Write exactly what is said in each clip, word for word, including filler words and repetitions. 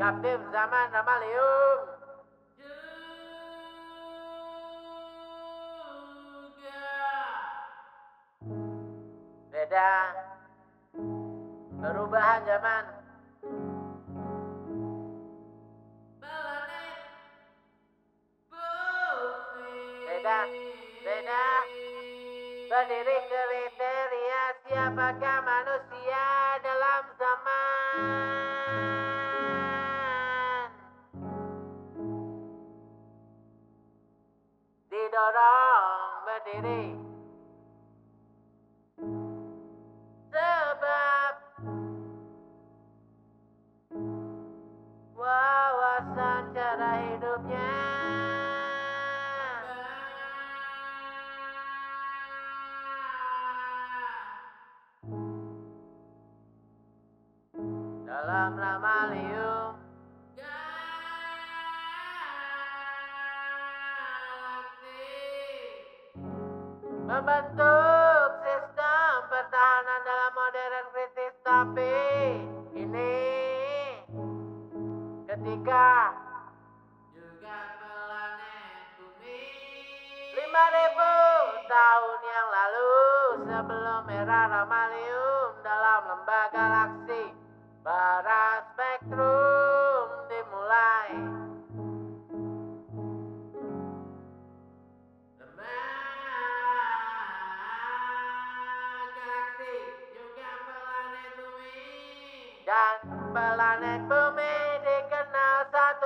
Kapten zaman Ramalium. Beda. Perubahan zaman. Beda. Beda. Berdiri kriteria siapakah manusia dalam zaman. Didorong berdiri. Sebab wawasan cara hidupnya dalam Ramalium membentuk sistem pertahanan dalam modern kritis, tapi ini ketika juga planet bumi lima ribu tahun yang lalu sebelum era Ramalium dalam lembah galaksi bara spektrum dimulai. Dan planet bumi dikenal satu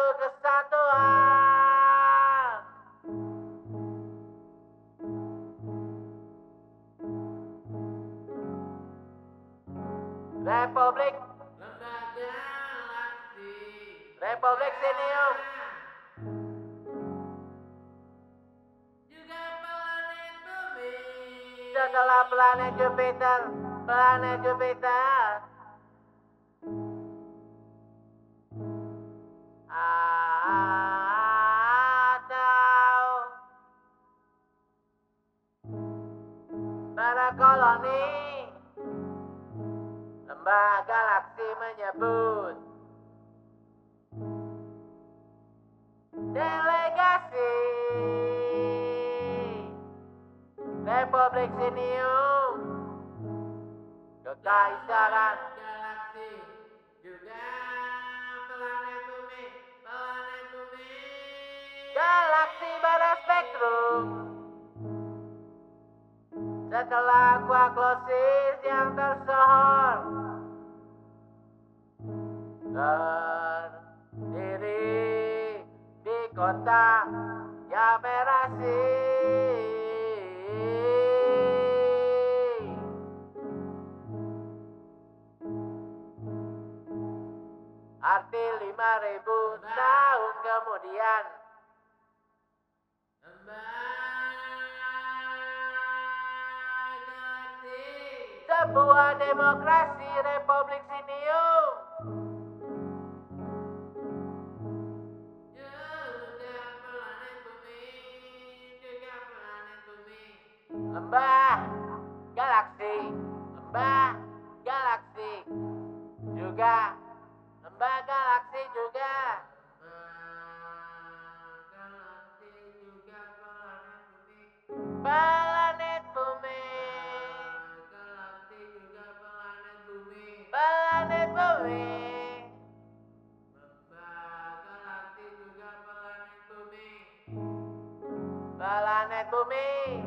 kesatuan. Republik Lembaga Galaksi Republik Sinium juga planet bumi. Setelah planet Jupiter, planet Jupiter atau para koloni lembah galaksi menyebut delegasi Republik Sinium Kekaisaran Galaksi juga planet bumi planet bumi galaksi bara spektrum. Setelah Quacklosis yang tersohor terdiri di kota Yamerasi, arti lima ribu tahun kemudian sebuah demokrasi Republik Sinium juga planet bumi juga planet bumi lembah galaksi lembah galaksi juga lembah galaksi juga galaksi juga planet bumi planet bumi galaksi juga planet bumi planet bumi